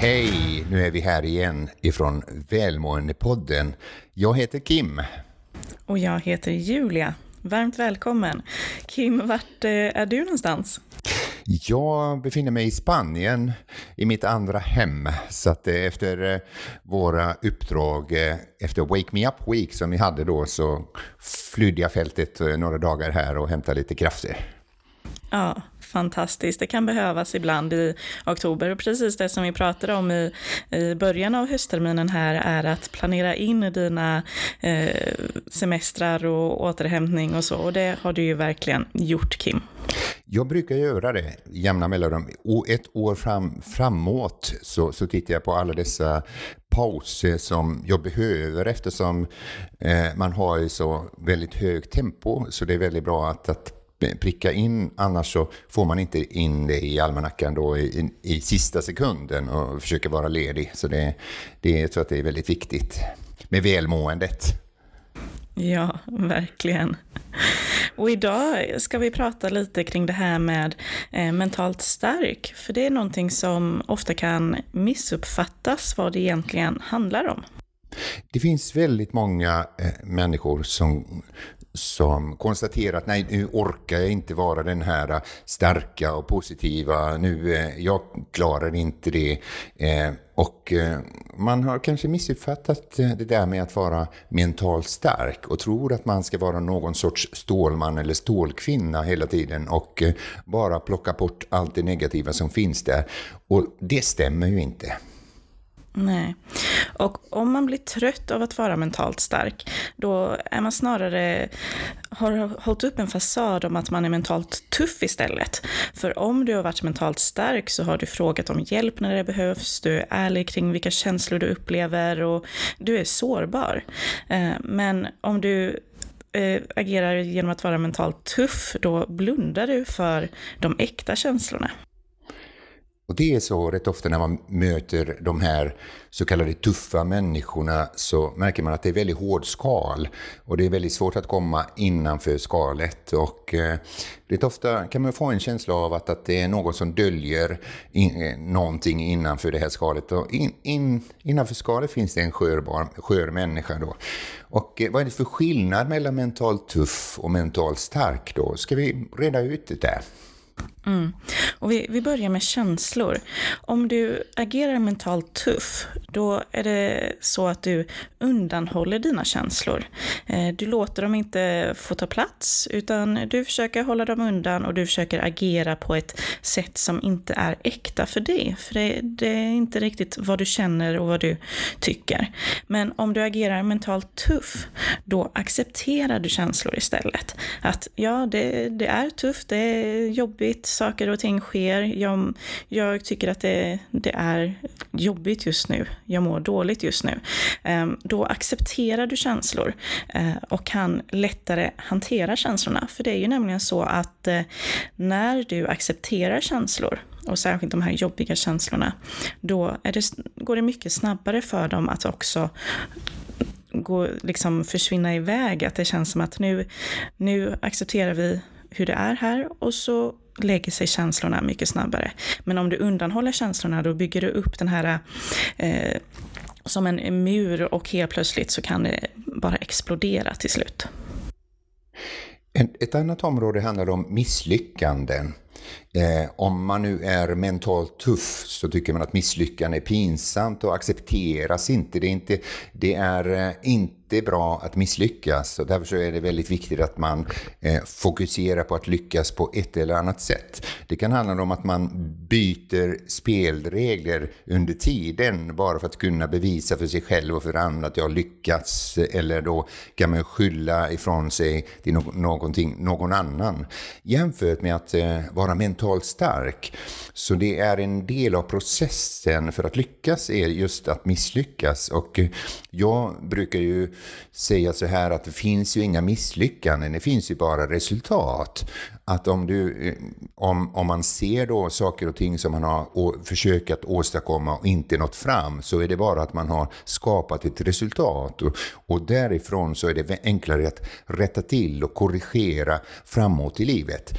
Hej, nu är vi här igen ifrån Välmåendepodden. Jag heter Kim. Och jag heter Julia. Varmt välkommen. Kim, vart är du någonstans? Jag befinner mig i Spanien i mitt andra hem. Så att efter våra uppdrag efter Wake Me Up Week som vi hade då, så flydde jag fältet några dagar här och hämtade lite krafter. Ja, fantastiskt. Det kan behövas ibland i oktober. Och precis det som vi pratade om i början av höstterminen här är att planera in dina semestrar och återhämtning och så. Och det har du ju verkligen gjort, Kim. Jag brukar göra det jämna mellan ett år framåt så tittar jag på alla dessa pauser som jag behöver eftersom man har ju så väldigt hög tempo, så det är väldigt bra att pricka in, annars så får man inte in det i almanackan då i sista sekunden och försöka vara ledig. Så jag tror att det är väldigt viktigt med välmåendet. Ja, verkligen. Och idag ska vi prata lite kring det här med mentalt stark. För det är någonting som ofta kan missuppfattas vad det egentligen handlar om. Det finns väldigt många människor som konstaterar att nej, nu orkar jag inte vara den här starka och positiva, jag klarar inte det. Och man har kanske missuppfattat det där med att vara mentalt stark och tror att man ska vara någon sorts stålman eller stålkvinna hela tiden och bara plocka bort allt det negativa som finns där. Och det stämmer ju inte. Nej. Och om man blir trött av att vara mentalt stark, då är man snarare har hållit upp en fasad om att man är mentalt tuff istället. För om du har varit mentalt stark så har du frågat om hjälp när det behövs, du är ärlig kring vilka känslor du upplever och du är sårbar. Men om du agerar genom att vara mentalt tuff, då blundar du för de äkta känslorna. Och det är så rätt ofta när man möter de här så kallade tuffa människorna, så märker man att det är väldigt hård skal och det är väldigt svårt att komma innanför skalet. Och rätt ofta kan man få en känsla av att det är någon som döljer någonting innanför det här skalet. Och innanför skalet finns det en skör människa då. Och vad är det för skillnad mellan mentalt tuff och mentalt stark då? Ska vi reda ut det där? Och vi börjar med känslor. Om du agerar mentalt tuff, då är det så att du undanhåller dina känslor. Du låter dem inte få ta plats, utan du försöker hålla dem undan och du försöker agera på ett sätt som inte är äkta för dig. För det är inte riktigt vad du känner och vad du tycker. Men om du agerar mentalt tuff, då accepterar du känslor istället. Att ja, det är tufft, det är jobbigt, saker och ting sker. Jag tycker att det är jobbigt just nu. Jag mår dåligt just nu. Då accepterar du känslor och kan lättare hantera känslorna. För det är ju nämligen så att när du accepterar känslor, och särskilt de här jobbiga känslorna, då går det mycket snabbare för dem att också försvinna iväg. Att det känns som att nu accepterar vi hur det är här och så lägger sig känslorna mycket snabbare. Men om du undanhåller känslorna, då bygger du upp den här som en mur och helt plötsligt så kan det bara explodera till slut. Ett annat område handlar om misslyckanden. Om man nu är mentalt tuff så tycker man att misslyckande är pinsamt och accepteras inte. Det är inte bra att misslyckas, och därför så är det väldigt viktigt att man fokuserar på att lyckas på ett eller annat sätt. Det kan handla om att man byter spelregler under tiden bara för att kunna bevisa för sig själv och för andra att jag lyckats, eller då kan man skylla ifrån sig till någon annan. Jämfört med att vara mentalt stark, så det är en del av processen för att lyckas är just att misslyckas. Och jag brukar ju säga så här att det finns ju inga misslyckanden, det finns ju bara resultat. Att om man ser då saker och ting som man har försökt att åstadkomma och inte nått fram, så är det bara att man har skapat ett resultat, och därifrån så är det enklare att rätta till och korrigera framåt i livet.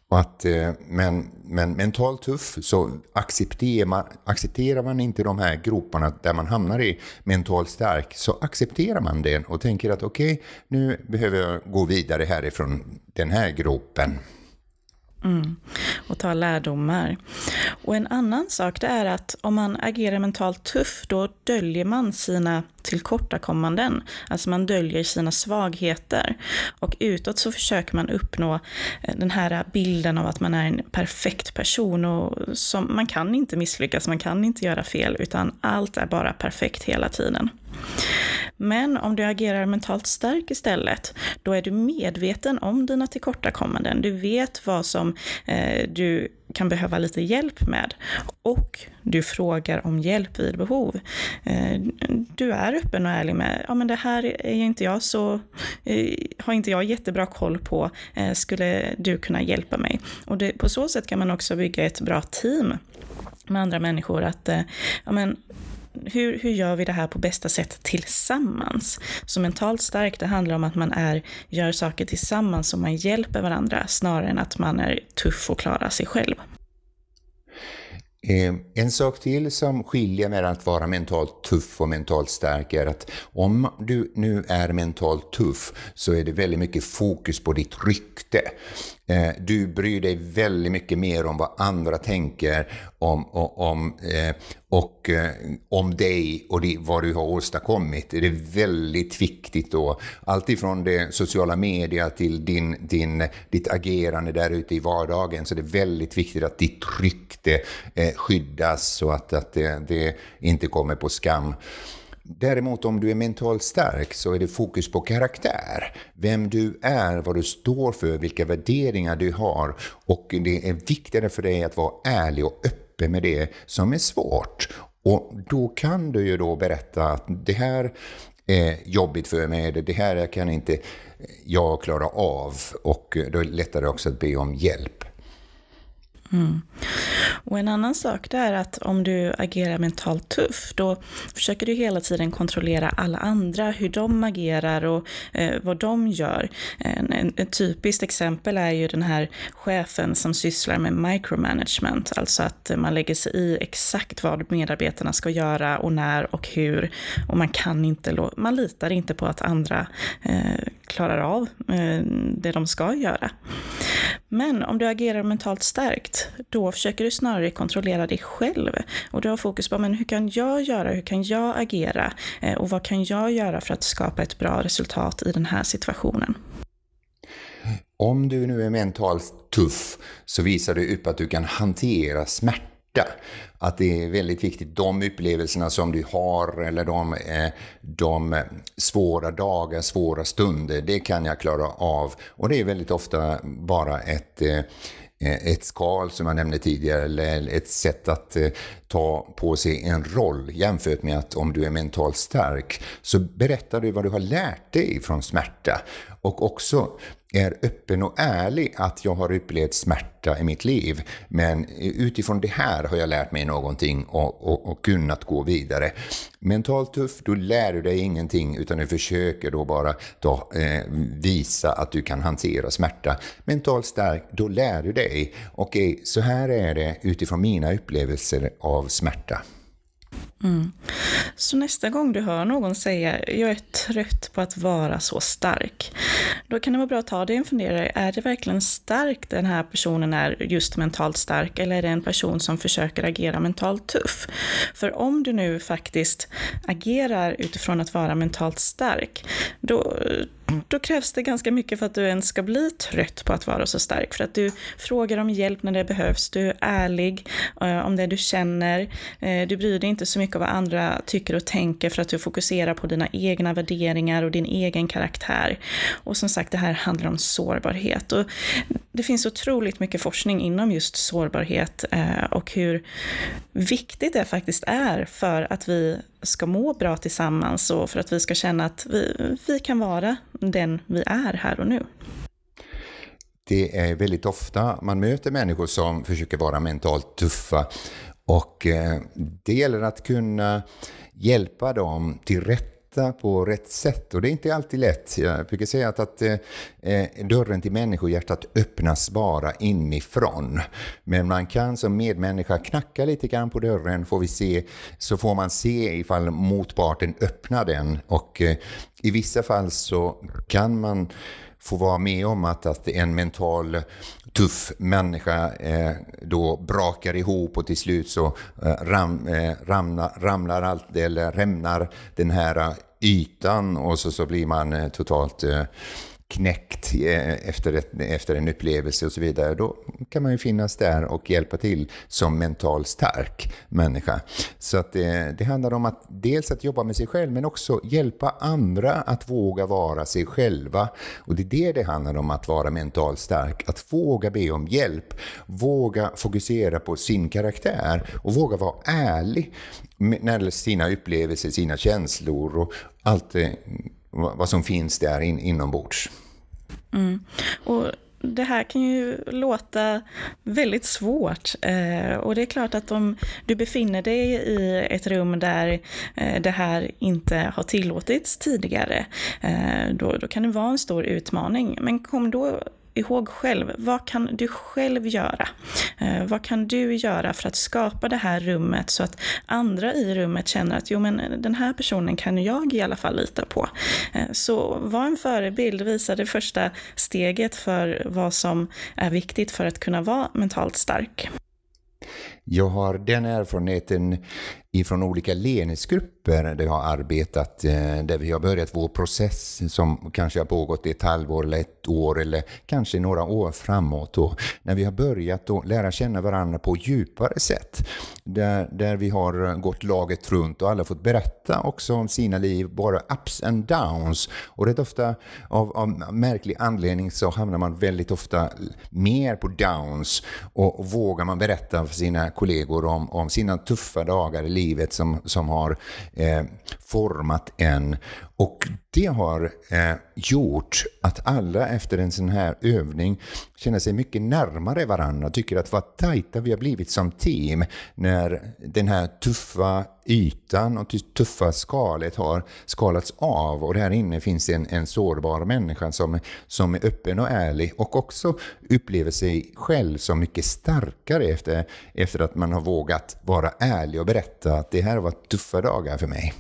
Men mentalt tuff, så accepterar man inte de här groparna där man hamnar i mentalt stark, så accepterar man det och tänker att okej, nu behöver jag gå vidare härifrån den här gropen. Och ta lärdomar. Och en annan sak det är att om man agerar mentalt tuff, då döljer man sina tillkortakommanden. Alltså man döljer sina svagheter. Och utåt så försöker man uppnå den här bilden av att man är en perfekt person. Och som, man kan inte misslyckas, man kan inte göra fel, utan allt är bara perfekt hela tiden. Men om du agerar mentalt stark istället, då är du medveten om dina tillkortakommanden. Du vet vad som du kan behöva lite hjälp med, och du frågar om hjälp vid behov. Du är öppen och ärlig med, ja men det här är inte jag så, har inte jag jättebra koll på, skulle du kunna hjälpa mig? Och på så sätt kan man också bygga ett bra team med andra människor, att ja men hur gör vi det här på bästa sätt tillsammans? Så mentalt stark, det handlar om att man gör saker tillsammans och man hjälper varandra, snarare än att man är tuff och klarar sig själv. En sak till som skiljer mellan att vara mentalt tuff och mentalt stark är att om du nu är mentalt tuff, så är det väldigt mycket fokus på ditt rykte. Du bryr dig väldigt mycket mer om vad andra tänker om dig och vad du har åstadkommit. Det är väldigt viktigt då. Allt ifrån det sociala media till ditt agerande där ute i vardagen, så det är väldigt viktigt att ditt rykte skyddas, så att det inte kommer på skam. Däremot om du är mentalt stark, så är det fokus på karaktär. Vem du är, vad du står för, vilka värderingar du har. Och det är viktigare för dig att vara ärlig och öppen med det som är svårt. Och då kan du ju då berätta att det här är jobbigt för mig, det här kan inte jag klara av. Och då är det lättare också att be om hjälp. Och en annan sak det är att om du agerar mentalt tuff, då försöker du hela tiden kontrollera alla andra, hur de agerar och vad de gör. Ett typiskt exempel är ju den här chefen som sysslar med micromanagement, alltså att man lägger sig i exakt vad medarbetarna ska göra och när och hur, och man litar inte på att andra klarar av det de ska göra. Men om du agerar mentalt starkt, då försöker du snarare kontrollera dig själv. Och du har fokus på, men hur kan jag göra, hur kan jag agera? Och vad kan jag göra för att skapa ett bra resultat i den här situationen? Om du nu är mentalt tuff, så visar du upp att du kan hantera smärta. Att det är väldigt viktigt, de upplevelserna som du har, eller de svåra dagar, svåra stunder, det kan jag klara av. Och det är väldigt ofta bara ett skal som jag nämnde tidigare, eller ett sätt att ta på sig en roll, jämfört med att om du är mentalt stark, så berättar du vad du har lärt dig från smärta, och också är öppen och ärlig att jag har upplevt smärta i mitt liv, men utifrån det här har jag lärt mig någonting och kunnat gå vidare. Mentalt tuff, då lär du dig ingenting, utan du försöker då bara visa att du kan hantera smärta. Mentalt stark, då lär du dig, okej, så här är det utifrån mina upplevelser av smärta. Så nästa gång du hör någon säga, jag är trött på att vara så stark, då kan det vara bra att ta dig en funderare. Är det verkligen stark den här personen är, just mentalt stark, eller är det en person som försöker agera mentalt tuff? För om du nu faktiskt agerar utifrån att vara mentalt stark, då krävs det ganska mycket för att du ens ska bli trött på att vara så stark. För att du frågar om hjälp när det behövs. Du är ärlig om det du känner. Du bryr dig inte så mycket om vad andra tycker och tänker, för att du fokuserar på dina egna värderingar och din egen karaktär. Och som sagt, det här handlar om sårbarhet. Och det finns otroligt mycket forskning inom just sårbarhet och hur viktigt det faktiskt är för att vi ska må bra tillsammans, och för att vi ska känna att vi kan vara den vi är här och nu. Det är väldigt ofta man möter människor som försöker vara mentalt tuffa, och det gäller att kunna hjälpa dem till rätta berätta på rätt sätt. Och det är inte alltid lätt. Jag brukar säga att dörren till människohjärtat öppnas bara inifrån. Men man kan som medmänniska knacka lite grann på dörren, så får man se ifall motparten öppnar den. Och i vissa fall så kan man få vara med om att en mental tuff människa då brakar ihop och till slut så ramlar allt, eller rämnar den här ytan, och så blir man totalt knäckt efter en upplevelse och så vidare. Då kan man ju finnas där och hjälpa till som mentalt stark människa. Så att det handlar om att dels att jobba med sig själv, men också hjälpa andra att våga vara sig själva. Och det är det handlar om, att vara mentalt stark. Att våga be om hjälp, våga fokusera på sin karaktär och våga vara ärlig när det gäller sina upplevelser, sina känslor och allt vad som finns där inombords. Och det här kan ju låta väldigt svårt, och det är klart att om du befinner dig i ett rum där det här inte har tillåtits tidigare, då kan det vara en stor utmaning. Men kom då ihåg själv, vad kan du själv göra? Vad kan du göra för att skapa det här rummet så att andra i rummet känner att den här personen kan jag i alla fall lita på. Så var en förebild, visa det första steget för vad som är viktigt för att kunna vara mentalt stark. Jag har den erfarenheten ifrån olika ledningsgrupper där jag har arbetat, där vi har börjat vår process som kanske har pågått ett halvår eller ett år eller kanske några år framåt. Och när vi har börjat att lära känna varandra på djupare sätt, där vi har gått laget runt och alla fått berätta också om sina liv, bara ups and downs. Och rätt ofta av märklig anledning så hamnar man väldigt ofta mer på downs, och vågar man berätta för sina kollegor om sina tuffa dagar i livet som har format en. Och det har gjort att alla efter en sån här övning känner sig mycket närmare varandra. Tycker att vad tajta vi har blivit som team när den här tuffa ytan och tuffa skalet har skalats av. Och där inne finns en sårbar människa som är öppen och ärlig och också upplever sig själv som mycket starkare efter att man har vågat vara ärlig och berätta att det här var tuffa dagar för mig.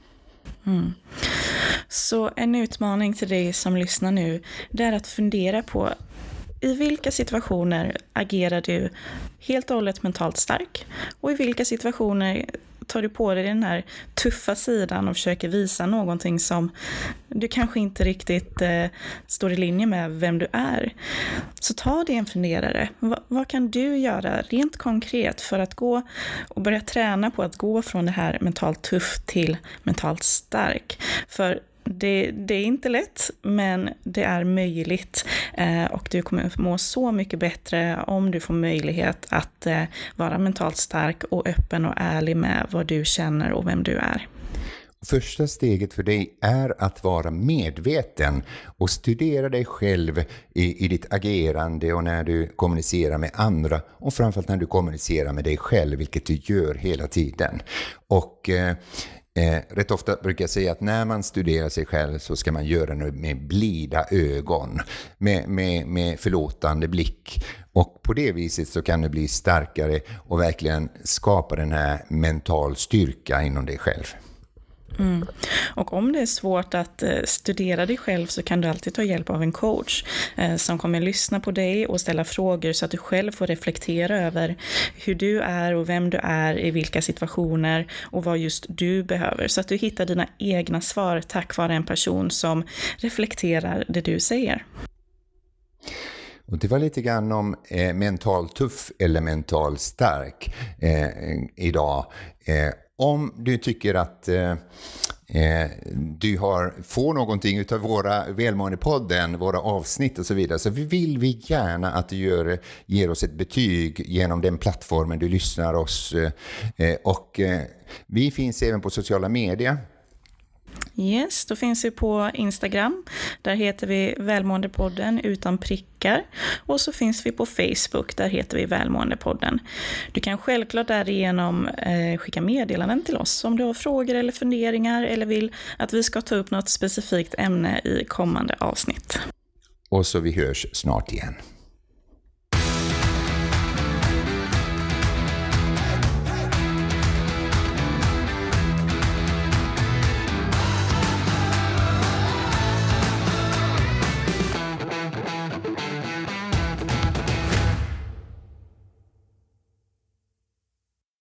Så en utmaning till dig som lyssnar nu, det är att fundera på i vilka situationer agerar du helt och hållet mentalt stark, och i vilka situationer tar du på dig den här tuffa sidan och försöker visa någonting som du kanske inte riktigt står i linje med vem du är. Så ta det en funderare. Vad kan du göra rent konkret för att gå och börja träna på att gå från det här mentalt tuff till mentalt stark? För det är inte lätt, men det är möjligt, och du kommer må så mycket bättre om du får möjlighet att vara mentalt stark och öppen och ärlig med vad du känner och vem du är. Första steget för dig är att vara medveten och studera dig själv i ditt agerande och när du kommunicerar med andra, och framförallt när du kommunicerar med dig själv, vilket du gör hela tiden. Och rätt ofta brukar jag säga att när man studerar sig själv så ska man göra det med blida ögon, med förlåtande blick. Och på det viset så kan du bli starkare och verkligen skapa den här mental styrka inom dig själv. Och om det är svårt att studera dig själv så kan du alltid ta hjälp av en coach som kommer lyssna på dig och ställa frågor så att du själv får reflektera över hur du är och vem du är i vilka situationer och vad just du behöver, så att du hittar dina egna svar tack vare en person som reflekterar det du säger. Och det var lite grann om mental tuff eller mental stark idag. Om du tycker att du får någonting utav våra välmående-podden, våra avsnitt och så vidare, så vill vi gärna att du ger oss ett betyg genom den plattformen du lyssnar oss. Och vi finns även på sociala medier. Yes, då finns vi på Instagram. Där heter vi Välmåendepodden utan prickar. Och så finns vi på Facebook. Där heter vi Välmåendepodden. Du kan självklart därigenom skicka meddelanden till oss om du har frågor eller funderingar eller vill att vi ska ta upp något specifikt ämne i kommande avsnitt. Och så vi hörs snart igen.